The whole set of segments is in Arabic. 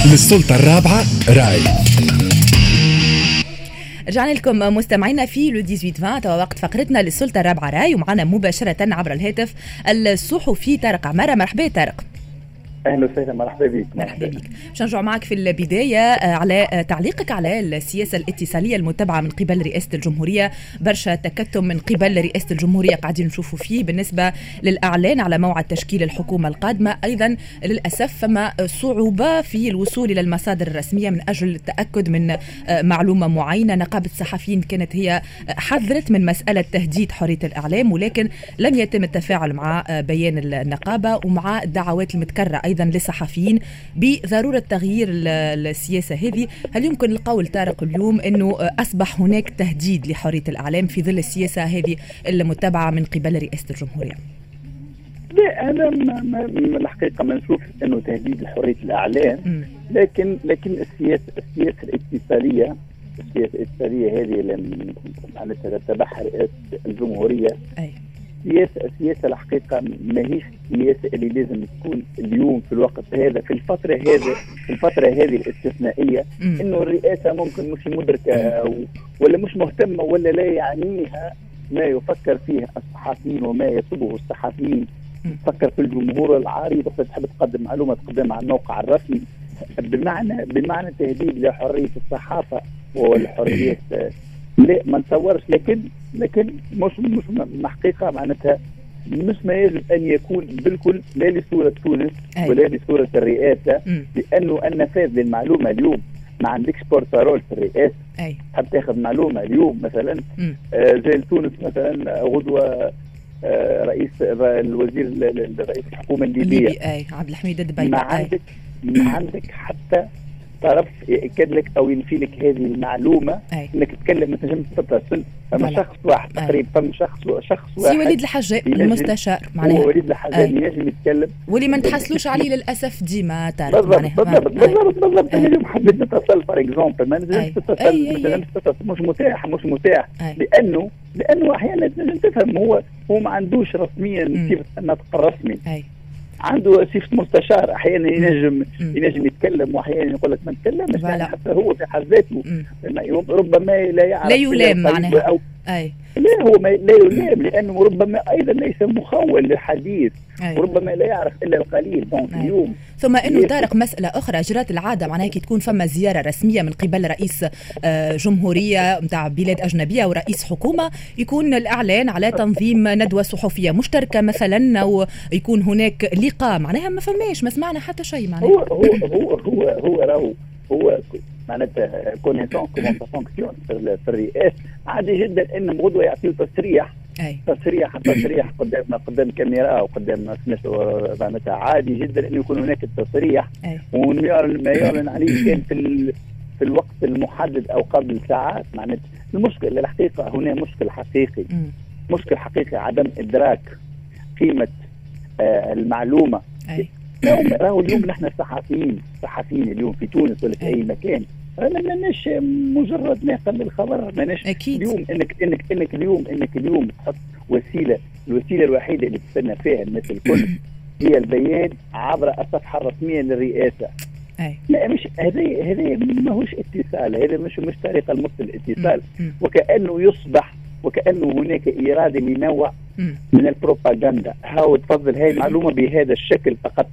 للسلطة الرابعة راي. رجعنا لكم مستمعينا في لو 18-20 وقت فقرتنا للسلطة الرابعة راي، ومعنا مباشرة عبر الهاتف الصحفي طارق عمارة. مرحبا طارق. اهلا وسهلا. مرحبا بك. مرحبا بك. باش نرجع معك في البدايه على تعليقك على السياسه الاتصاليه المتبعه من قبل رئاسه الجمهوريه. برشا تكتم من قبل رئاسه الجمهوريه قاعدين نشوفوا فيه بالنسبه للاعلان على موعد تشكيل الحكومه القادمه. ايضا للاسف فما صعوبه في الوصول الى المصادر الرسميه من اجل التاكد من معلومه معينه. نقابه الصحفيين كانت هي حذرت من مساله تهديد حريه الاعلام، ولكن لم يتم التفاعل مع بيان النقابه ومع الدعوات المتكرره أيضا للصحفيين بضرورة تغيير السياسة هذه. هل يمكن القول طارق اليوم أنه أصبح هناك تهديد لحرية الإعلام في ظل السياسة هذه المتبعة من قبل رئاسة الجمهورية؟ لا، أنا الحقيقة ما نشوف أنه تهديد لحرية الإعلام، لكن السياسة الاتصالية هذه اللي معناتها تتبعها رئاسة الجمهورية سياسة الحقيقة ماهيش السياسة اللي لازم تكون اليوم في الوقت هذا في الفترة هذه الاستثنائية. انه الرئاسة ممكن مش مدركة ولا مش مهتمة ولا لا يعنيها ما يفكر فيه الصحفيين وما يطلبه الصحفيين. تفكر في الجمهور العريض تحب تقدم معلومة تقدمها على الموقع الرسمي بمعنى تهديد لحرية الصحافة والحرية. لا ما نتصورش، لكن مش حقيقة معناتها مش ما يجب أن يكون بالكل لا لصورة تونس ولا لصورة الرئاسة، لأنه النفاذ للمعلومة اليوم ما عندكش بورتارول في الرئاسة. تحب تاخذ معلومة اليوم مثلا زي تونس مثلا غدوة رئيس الحكومة الليبية عبد الحميد الدبيبة ما عندك حتى طرف يأكد لك أو ينفي لك هذه المعلومة. إنك تتكلم مثلا تتصل فما شخص واحد تقريبا، فما شخص واحد سي وليد الحجاج المستشار معناها وليد الحجاج ينجم يتكلم واللي ما نتحصلوش عليه للأسف ديما طارق. بالضبط. أنا اليوم حبيت نتصل فور إكزومبل ما نجمش تتصل مش متاح لأنه أحيانا لازم تفهم هو ما عندوش رسميا صفة النطق الرسمي. عنده صفة مستشار، احيانا ينجم يتكلم واحيانا يقول لك ما نتكلمش. حتى هو في حد ذاته ربما لا يعرف لا يلام معناها لا هو لا يلام لانه ربما ايضا ليس مخول للحديث وربما لا يعرف الا القليل. اليوم ثم انه طارق مساله اخرى جرات العاده معناها كي تكون فما زياره رسميه من قبل رئيس جمهوريه نتاع بلاد اجنبيه ورئيس حكومه يكون الاعلان على تنظيم ندوه صحفيه مشتركه مثلا او يكون هناك لقاء معناها ما فماش ما سمعنا حتى شيء معناها. هو معناتها كونيسون كومون فونكسيون في الرئاسه عادي جدا ان غدوه يعطيو تصريح قدام كاميرا وقدام ناس معناتها عادي جدا انه يكون هناك التصريح وما يعلن عليه كان في الوقت المحدد او قبل ساعات. معناتها المشكله الحقيقه هنا مشكل حقيقي عدم ادراك قيمه المعلومه. راهو اليوم نحن الصحفيين اليوم في تونس ولا في اي مكان ماناش مجرد ناقل للخبر. ماناش اليوم انك اليوم تحط الوسيله الوحيده اللي تستنى فيها الناس الكل هي البيان عبر الصفحه الرسميه للرئاسه. لا مش هذا ماهوش اتصال، هذا مش طريقه المصل الاتصال. وكأنه هناك إرادة لنوع من البروباغندا. هاو تفضل هاي المعلومة بهذا الشكل فقط.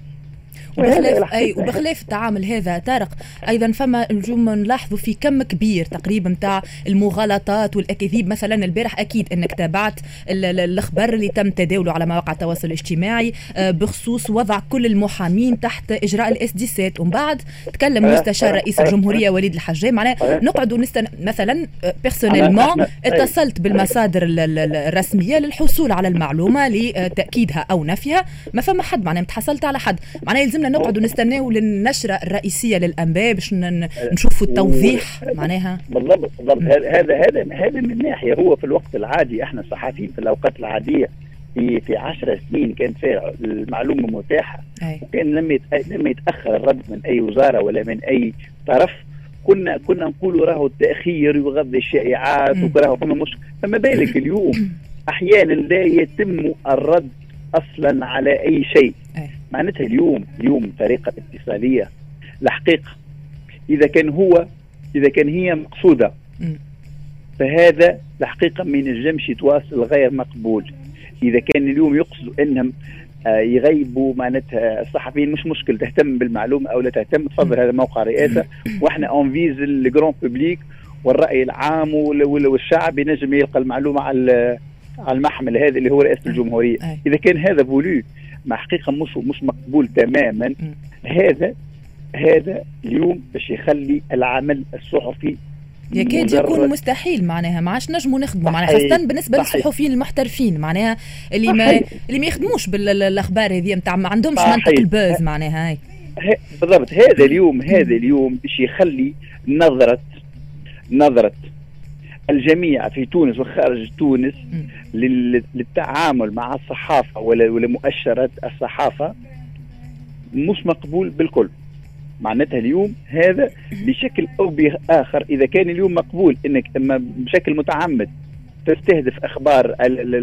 وبخلاف التعامل هذا طارق ايضا فما نجوم نلاحظوا في كم كبير تقريبا تاع المغالطات والاكاذيب. مثلا البارح اكيد انك تابعت الاخبار اللي تم تداوله على مواقع التواصل الاجتماعي بخصوص وضع كل المحامين تحت اجراء الاس دي سات، ومن بعد تكلم مستشار رئيس الجمهوريه وليد الحجاج معناها نقعدوا مثلا بيرسونيلمون اتصلت بالمصادر الرسميه للحصول على المعلومه لتاكيدها او نفيها، ما فما حد معناها متحصلت على حد. معناها يلزمنا نقعدوا نستناو للنشرة الرئيسية للأنباء باش نشوفوا التوضيح معناها. بالضبط. هذا من ناحية. هو في الوقت العادي احنا صحفيين في الأوقات العادية في 10 سنين كانت فيها المعلومة متاحة وكان لما يتأخر الرد من أي وزارة ولا من أي طرف كنا نقول راهو التأخير يغذي الشائعات وراهو فما بالك اليوم أحيانا لا يتم الرد أصلا على أي شيء. معناتها اليوم طريقة اتصالية الحقيقة إذا كان هي مقصودة، فهذا الحقيقة ما ينجمش يتواصل غير مقبول. إذا كان اليوم يقصدوا أنهم يغيبوا معناتها الصحفيين، مش مشكل، تهتم بالمعلومة أو لا تهتم، تفضل، هذا موقع رئاسة، وإحنا أونفيز الجرون بوبليك والرأي العام والشعب ينجم يلقى المعلومة على المحمل هذا اللي هو رئاسة الجمهورية. إذا كان هذا فولو مع حقيقة مش مقبول تماما، هذا اليوم باش يخلي العمل الصحفي يكاد يكون مستحيل، معناها ما عادش نجموا نخدموا، معناها خاصة بالنسبة للصحفيين المحترفين، معناها اللي ما يخدموش بالاخبار هذه نتاع، ما عندهمش منطق الباز، معناها هاي بالضبط. هذا اليوم باش يخلي نظرة الجميع في تونس وخارج تونس للتعامل مع الصحافة ولا مؤشرات الصحافة مش مقبول بالكل. معناتها اليوم هذا بشكل أو بآخر، إذا كان اليوم مقبول أنك بشكل متعمد تستهدف أخبار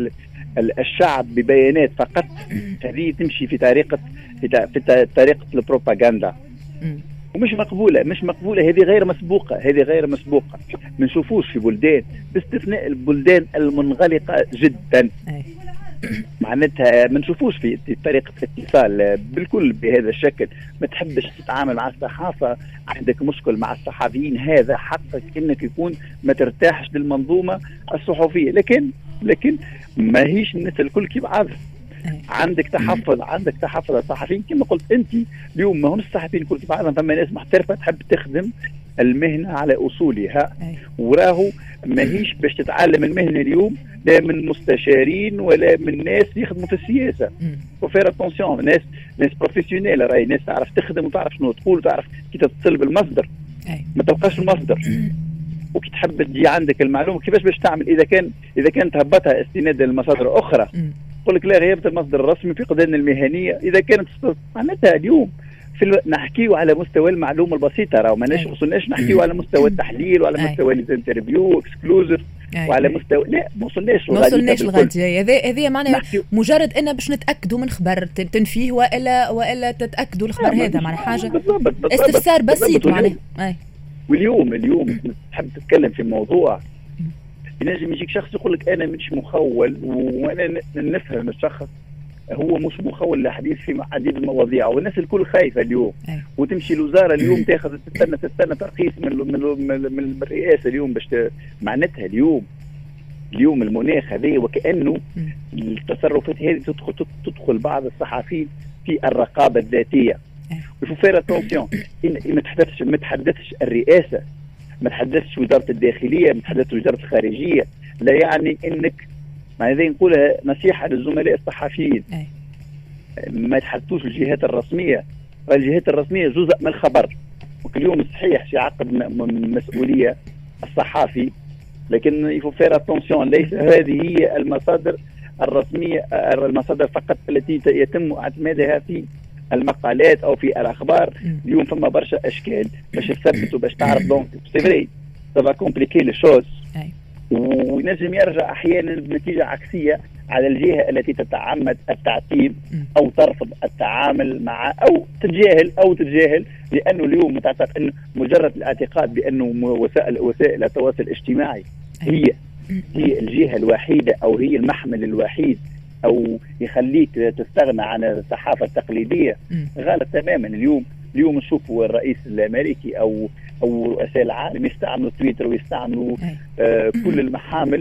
الشعب ببيانات فقط، هذه تمشي في طريقة البروباغندا، ومش مقبولة. هذه غير مسبوقة. ما نشوفوش في بلدان باستثناء البلدان المنغلقة جدا، معناتها ما نشوفوش في طريقة اتصال بالكل بهذا الشكل. ما تحبش تتعامل مع الصحافة، عندك مشكل مع الصحفيين، هذا حقك انك يكون ما ترتاحش للمنظومة الصحفية. لكن ما هيش الناس الكل كيف بعض، عندك تحفظ الصحفيين كما قلت انت. اليوم ما هم الصحفيين كل كيف بعضهم، فما ناس محترفة تحب تخدم المهنة على أصولها، وراهو ما هيش باش تتعلم المهنة اليوم لا من مستشارين ولا من ناس يخدموا في السياسة. وفير اتونسيون، ناس بروفيسيونيل، راهي ناس تعرف تخدم وتعرف شنو تقول وتعرف كي تتصل بالمصدر، ما تلقاش المصدر. وكي تحب تجي عندك المعلومة كيفاش باش تعمل، إذا كانت هبطها استنادا لمصادر أخرى، يقول لك لا، غيابة المصدر الرسمي في قضايا المهنية. إذا كانت معناتها اليوم نحكيو على مستوى المعلومة البسيطة، راهو ما وصلناش نحكيو على مستوى التحليل وعلى مستوى الانترفيو اكسكلوزيف وعلى مستوى، لا ما وصلناش لغاية هذه معناها مجرد ان باش نتاكدوا من خبر تنفيه والا تتاكدوا الخبر هذا، معناها حاجه استفسار بسيط معناها. واليوم تحب تتكلم في موضوع، ينجم يجيك شخص يقول لك انا مش مخول، وانا نفهم الشخص هو مش مخول للحديث في عديد المواضيع، والناس الكل خايفه اليوم. وتمشي الوزاره اليوم تاخذ تستنى ترخيص من الرئاسه اليوم باش معناتها اليوم المناخ هذا وكانه التصرفات هذه تدخل بعض الصحفيين في الرقابه الذاتيه. وفير اتونسيون، ما تحدثش الرئاسه، ما تحدثش وزاره الداخليه، ما تحدثش وزاره الخارجيه، لا يعني انك معناها نقولها نصيحة للزملاء الصحفيين، ما يتحدثوش الجهات الرسمية. الجهات الرسمية جزء من الخبر، وكل يوم صحيح في عقد مسؤولية الصحافي، لكن يفو فير اتونسيون، ليس هذه هي المصادر الرسمية، المصادر فقط التي يتم اعتمادها في المقالات أو في الأخبار. اليوم فما برشا أشكال باش تثبت وباش تعرف. دونك سي فري سافا كومبليكي لي شوز، ونجم يرجع أحيانا بنتيجة عكسية على الجهة التي تتعمد التعتيم أو ترفض التعامل مع أو تتجاهل، لأنه اليوم تعتقد أنه مجرد الاعتقاد بأنه وسائل التواصل الاجتماعي هي الجهة الوحيدة أو هي المحمل الوحيد أو يخليك تستغنى عن الصحافة التقليدية غلط تماما. اليوم نشوفوا الرئيس الأمريكي أو رؤساء العالم يستعملوا تويتر ويستعملوا كل المحامل،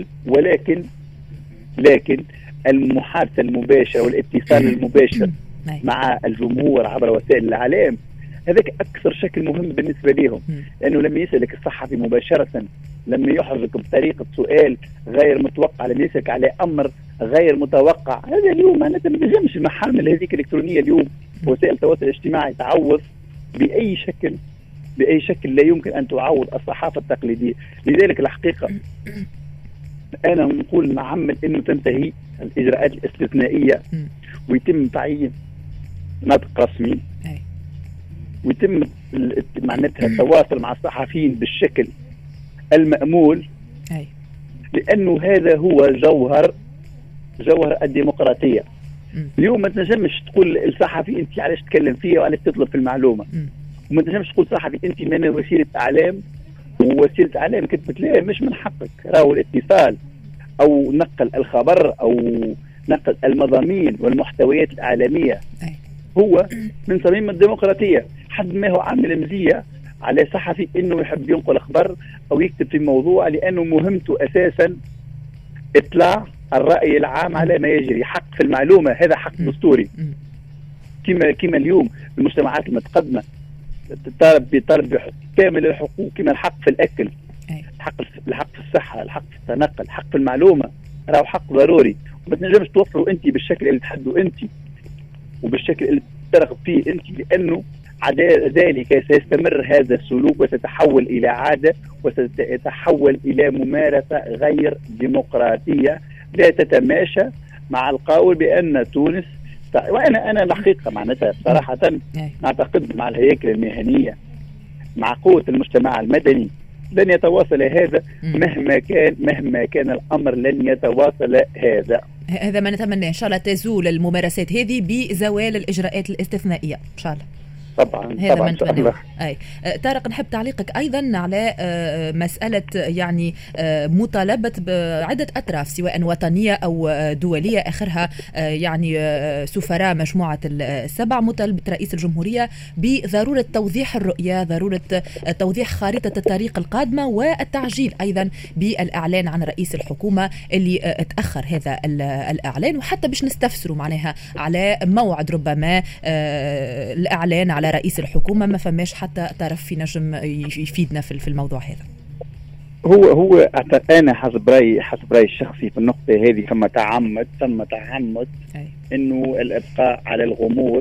لكن المحادثة المباشرة والاتصال المباشر مع الجمهور عبر وسائل الإعلام هذاك أكثر شكل مهم بالنسبة لهم، لأنه لما يسألك الصحفي مباشرة، لما يحرك بطريقة سؤال غير متوقع، لما يسألك على أمر غير متوقع، هذا اليوم معناتها ما تنجمش المحامل هذيك الإلكترونية اليوم وسائل التواصل الاجتماعي تعوض بأي شكل لا يمكن أن تعوض الصحافة التقليدية. لذلك الحقيقة أنا نقول نعمل أنه تنتهي الإجراءات الاستثنائية ويتم تعيين نطق رسمي ويتم معناتها التواصل مع الصحفيين بالشكل المأمول، لأنه هذا هو جوهر الديمقراطية. اليوم ما تنجمش تقول الصحفي أنت علاش تتكلم فيها وعلاش تطلب في المعلومة، وما تنجمش تقول صاحبي انت من وسيله اعلام، ووسيله اعلام كتبت لا مش من حقك. راهو الاتصال او نقل الخبر او نقل المضامين والمحتويات الاعلاميه هو من صميم الديمقراطيه. حد ما هو عامل مزيه على صحفي انه يحب ينقل خبر او يكتب في موضوع، لانه مهمته اساسا اطلاع الراي العام على ما يجري. حق في المعلومه هذا حق دستوري، كما اليوم المجتمعات المتقدمه بيطالب كامل الحقوق، كما الحق في الاكل، الحق في الصحه، الحق في التنقل، الحق في المعلومه، راهو حق ضروري. وما تنجمش توفروا انت بالشكل اللي تحدوا انت وبالشكل اللي ترغب فيه انت، لانه ذلك سيستمر هذا السلوك وستتحول الى عاده وستتحول الى ممارسه غير ديمقراطيه لا تتماشى مع القول بان تونس. وانا الحقيقه معناتها صراحه اعتقد مع الهياكل المهنيه مع قوه المجتمع المدني لن يتواصل هذا مهما كان الامر، لن يتواصل هذا ما نتمنى ان شاء الله تزول الممارسات هذه بزوال الاجراءات الاستثنائيه ان شاء الله. طبعا هذا ما نتمنى. طارق، نحب تعليقك ايضا على مساله يعني مطالبه بعده اطراف سواء وطنيه او دوليه، اخرها يعني سفراء مجموعه السبع، مطالبه رئيس الجمهوريه بضروره توضيح الرؤيه، ضروره توضيح خارطه الطريق القادمه، والتعجيل ايضا بالاعلان عن رئيس الحكومه اللي تاخر هذا الاعلان، وحتى باش نستفسروا معناها على موعد ربما الاعلان على رئيس الحكومة. ما فماش حتى طرف في نجم يفيدنا في الموضوع هذا. هو انا حسب رايي الشخصي في النقطة هذه ثم تعمد انه الابقاء على الغموض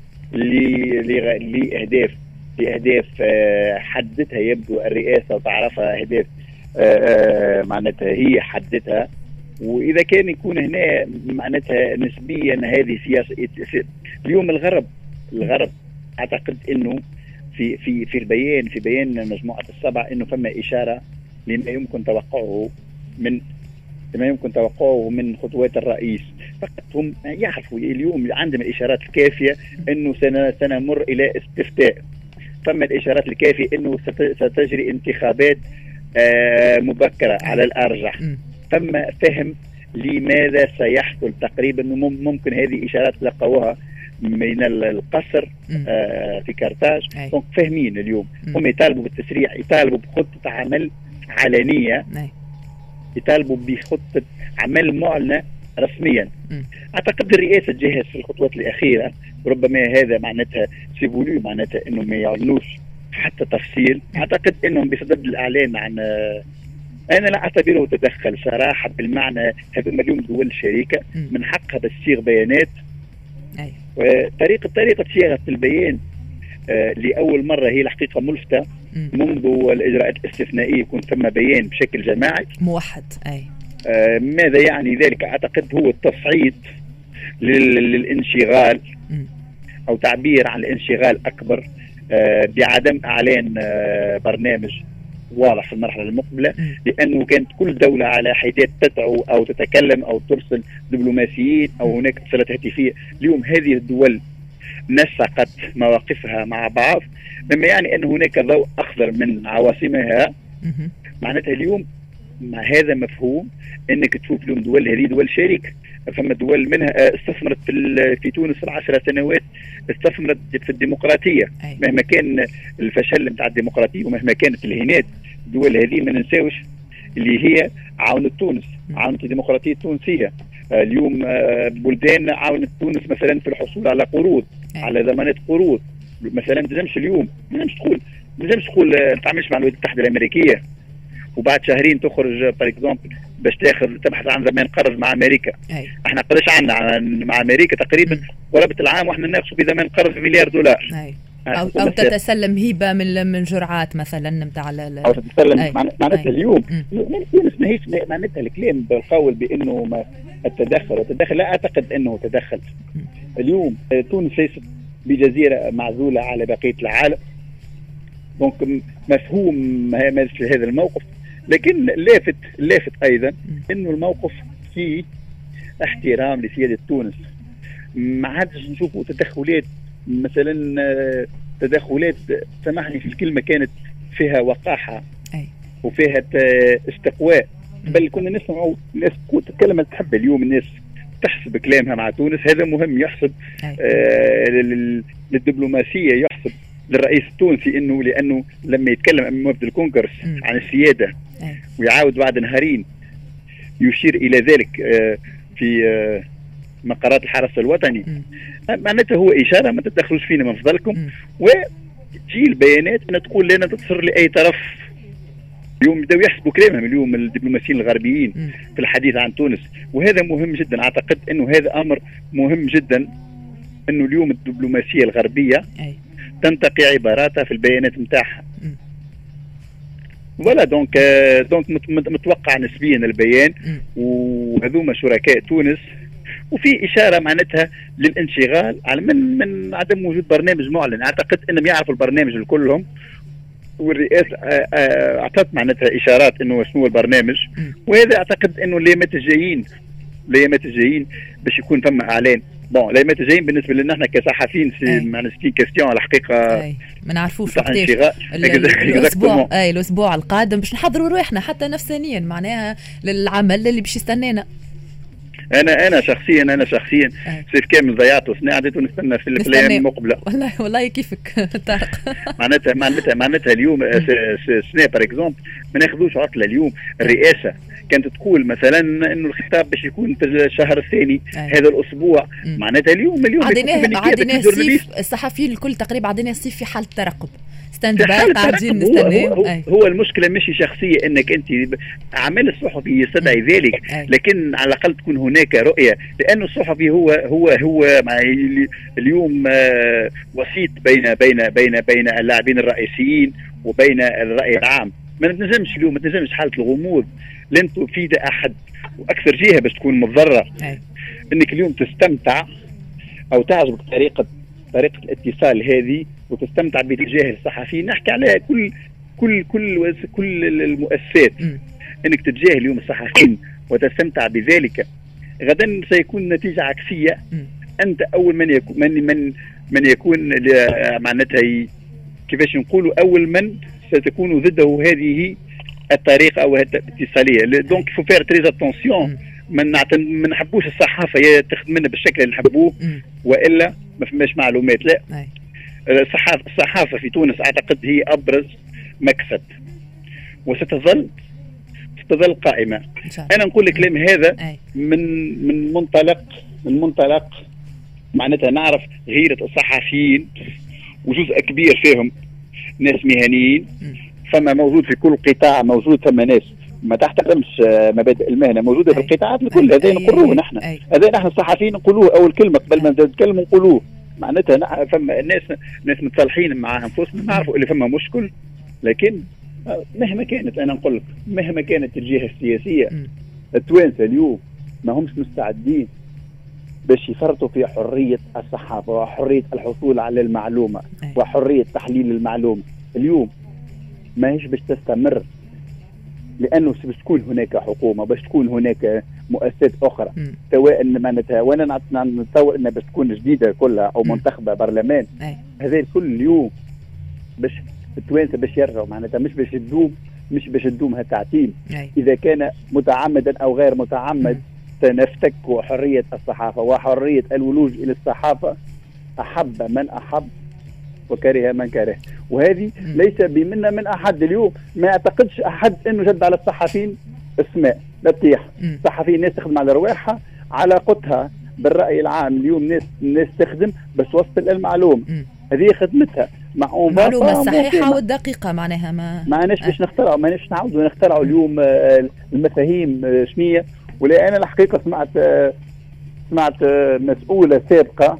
لأهداف حددها يبدو الرئاسة وتعرفها أهداف معناتها هي حددتها. وإذا كان يكون هنا معناتها نسبيا هذه سياسة. اليوم الغرب أعتقد إنه في بيان مجموعة السبع إنه فما إشارة لما يمكن توقعه من خطوات الرئيس. فقط هم يعرفوا اليوم عندهم الإشارات الكافية إنه سنمر إلى استفتاء. فما الإشارات الكافية إنه ستجري انتخابات مبكرة على الأرجح. فما فهم لماذا سيحصل تقريبا. ممكن هذه إشارات لقوها من القصر في كرتاج. فاهمين اليوم هم يطالبوا بالتسريع، يطالبوا بخطة عمل علنية، يطالبوا بخطة عمل معلنة رسميا. أعتقد الرئاسة تجهز في الخطوات الأخيرة، ربما هذا معناتها سيبولو معناتها إنه ما يعلنوش حتى تفصيل. أعتقد إنهم بصدد الإعلان عن أنا لا أعتبره تدخل صراحة بالمعنى هذا. اليوم دول شريكة من حقها تسيغ بيانات. طريقة صياغة البيان لأول مرة هي الحقيقة ملفتة منذ الإجراءات الاستثنائية. يكون ثم بيان بشكل جماعي موحد. ماذا يعني ذلك؟ أعتقد هو التصعيد للانشغال أو تعبير عن الانشغال أكبر بعدم إعلان برنامج واضح في المرحلة المقبلة، لأنه كانت كل دولة على حدة تدعو أو تتكلم أو ترسل دبلوماسيين أو هناك اتصالات هاتفية. اليوم هذه الدول نسقت مواقفها مع بعض، مما يعني أن هناك ضوء أخضر من عواصمها. معناتها اليوم مع هذا مفهوم أنك تشوف اليوم دول، هذه دول شريك. فما دول منها استثمرت في تونس في 10 سنوات، استثمرت في الديمقراطية مهما كان الفشل بتاع الديمقراطية ومهما كانت الهينات. الدول هذه ما ننساوش اللي هي عاونت تونس، عاونت الديمقراطية التونسية. اليوم بلدان عاونت تونس مثلا في الحصول على قروض، على ضمانات قروض. مثلا ما تنجمش تقول تعملش مع الولايات المتحدة الأمريكية وبعد شهرين تخرج بار اكزومبل باش تبحث عن ضمان قرض مع امريكا. احنا قداش عندنا مع امريكا تقريبا قرابه العام واحنا نناقشوا بضمان قرض مليار دولار. او تتسلم هبه من جرعات مثلا نتاع او تتسلم. معناتها اليوم ماهيش معناتها الكلام بالقول بانه التدخل لا اعتقد انه تدخل. اليوم تونس ليست بجزيره معزوله على بقيه العالم، ممكن مفهوم هذا الموقف. لكن لافت ايضا انه الموقف فيه احترام لسياده تونس. ما عادش نشوفوا تدخلات مثلا تدخلات سامحني في الكلمه كانت فيها وقاحه وفيها استقواء. بل كنا نسمعوا ناس تتكلم تحب اليوم الناس تحسب كلامها مع تونس. هذا مهم يحسب للدبلوماسيه، يحسب للرئيس التونسي لانه لما يتكلم امام وفد الكونغرس عن السياده ويعاود بعد نهارين يشير الى ذلك في مقرات الحرس الوطني، معناتها هو اشاره ما تتدخلوش فينا من فضلكم. وتجي البيانات ان تقول لنا تتصر لاي طرف. اليوم بداوا يحسبوا كلامهم اليوم الدبلوماسيين الغربيين في الحديث عن تونس، وهذا مهم جدا. اعتقد انه هذا امر مهم جدا، انه اليوم الدبلوماسيه الغربيه تنتقي عباراتها في البيانات نتاعها. ولا دونك متوقع نسبيا البيان، وهذوما شركاء تونس. وفي اشاره معناتها للانشغال على من عدم وجود برنامج معلن. اعتقد انهم يعرفوا البرنامج كلهم، والرئاسه اعطت معناتها اشارات انه شنو البرنامج. وهذا اعتقد انه الايامات الجايين باش يكون ثم اعلان. الايامات الجايين بالنسبه لنا احنا كصحفيين معنا 60 كاستيون على الحقيقه ما نعرفوش وقتاش الاسبوع القادم باش نحضروا روحنا حتى نفسانيا معناها للعمل اللي باش يستنانا. انا شخصيا سيف كامل ضيعته سنه عديت ونستنى في الايام المقبله. والله كيفك طارق. معناتها اليوم سنه بار اكزومبل ما ناخذوش عطله. اليوم الرئاسه كانت تقول مثلا انه الخطاب باش يكون في الشهر الثاني هذا الاسبوع. معناتها اليوم عادينا الصيف الصحفيين الكل تقريبا عادينا الصيف في حاله ترقب ستاند باي قاعدين نستنى. هو المشكله مش شخصيه انك انت عمل الصحفي يستدعي ذلك، لكن على الاقل تكون هناك رؤيه. لانه الصحفي هو اليوم وسيط بين اللاعبين الرئيسيين وبين الراي العام. ما نتنجمش اليوم حاله الغموض لن تفيد احد، واكثر جهه باش تكون مضره انك اليوم تستمتع او تعجبك طريقه الاتصال هذه وتستمتع باتجاه الصحفيين. نحكي على كل المؤسسات انك تتجاهل اليوم الصحفيين وتستمتع بذلك. غدا سيكون نتيجه عكسيه. انت اول من يكون معناتها كيفاش نقولوا اول من ستكون ضده هذه الطريقه او الاتصاليه. دونك فو فير تريز اتونسيون. ما نحبوش الصحافه تاخذ منا بالشكل اللي نحبوه، والا ما فماش معلومات. لا، الصحافه في تونس اعتقد هي ابرز مكسب وستظل قائمه. انا نقول الكلام هذا من منطلق معناتها نعرف غيره الصحفيين، وجزء كبير فيهم ناس مهنيين. فما موجود في كل قطاع، موجود ثم ناس ما تحترمش مبادئ المهنه موجوده في القطاعات الكل. هذا نقولوه نحن، هذا نحن الصحفيين نقولوه اول كلمه قبل ما نتكلم نقولوه. معناتها فما ناس متصالحين مع انفسهم، نعرفوا اللي فما مشكل. لكن مهما كانت، انا نقول لك مهما كانت الجهه السياسيه، التوانسه اليوم ما همش مستعدين باش يفرطوا في حريه الصحافه وحريه الحصول على المعلومه وحريه تحليل المعلومه. اليوم ماهيش باش تستمر، لانه باش تكون هناك حكومه، باش تكون هناك مؤسسات اخرى سواء معناتها. وانا نتصور انها باش تكون جديده كلها او منتخبه برلمان. هذا الكل اليوم باش التوانسه باش يرجعوا معناتها مش باش تدوم هالتعتيم. اذا كان متعمدا او غير متعمد سنفتك حريه الصحافه وحريه الولوج الى الصحافه. احب من احب وكره من كره، وهذه ليس بمنا من احد. اليوم ما يعتقدش احد انه جد على الصحفيين اسماء لا تطيح. الصحفيين ناس تخدم على رواحها، علاقتها بالراي العام. اليوم ناس تخدم بس وصل المعلومه، هذه خدمتها مع معلومه الصحيحه والدقيقه. معناها معناش باش نخترعوا، معناش نعاودوا نخترعوا اليوم المفاهيم شنية. ولا انا الحقيقه سمعت مسؤوله سابقه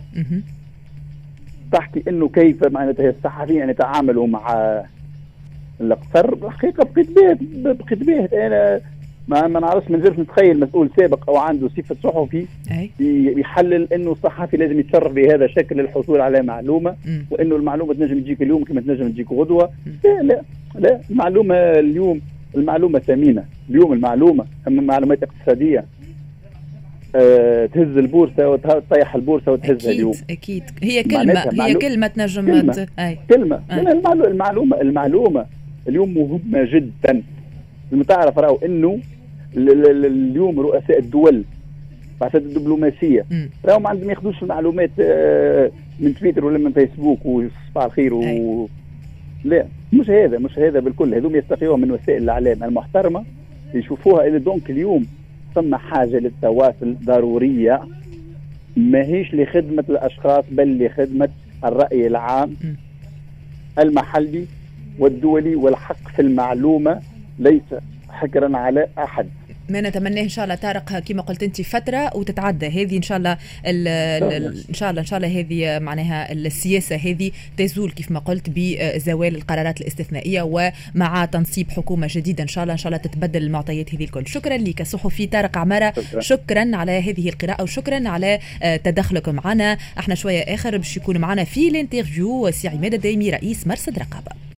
تحكي انه كيف معناتها الصحفيين يتعاملوا مع الاقصر. الحقيقه بقيت باهت. انا ما نعرفش، ما نقدرش نتخيل مسؤول سابق او عنده صفه صحفي يحلل انه الصحفي لازم يتصرف بهذا الشكل للحصول على معلومه، وانه المعلومه تنجم تجيك اليوم كما تنجم تجيك غدوه. لا المعلومه اليوم المعلومه ثمينه. اليوم المعلومه اما معلومات اقتصاديه تهز البورصه وتطيح البورصه وتهزها اليوم. اكيد هي كلمه تنجم كلمه المعلومه اليوم مهمه جدا. تعرف راهو انه اليوم رؤساء الدول بعثات الدبلوماسيه راهو ما عندهم ياخذوش المعلومات من تويتر ولا من فيسبوك وصباح الخير لا مش هذا بالكل. هذوم يستقيوها من وسائل الاعلام المحترمه يشوفوها. إلى دونك اليوم ثم حاجه للتواصل ضروريه، ماهيش لخدمه الاشخاص بل لخدمه الراي العام المحلي والدولي، والحق في المعلومه ليس حكرا على احد. ما نتمناه ان شاء الله طارق كما قلت انت فتره وتتعدى هذه ان شاء الله ان شاء الله هذه معناها السياسه هذه تزول كيف ما قلت بزوال القرارات الاستثنائيه ومع تنصيب حكومه جديده ان شاء الله تتبدل المعطيات هذه الكل. شكرا لك صحفي طارق عماره، شكرا على هذه القراءه وشكرا على تدخلك معنا. احنا شويه اخر باش يكون معنا في الانترفيو سي عماد الدايمي رئيس مرصد رقابه.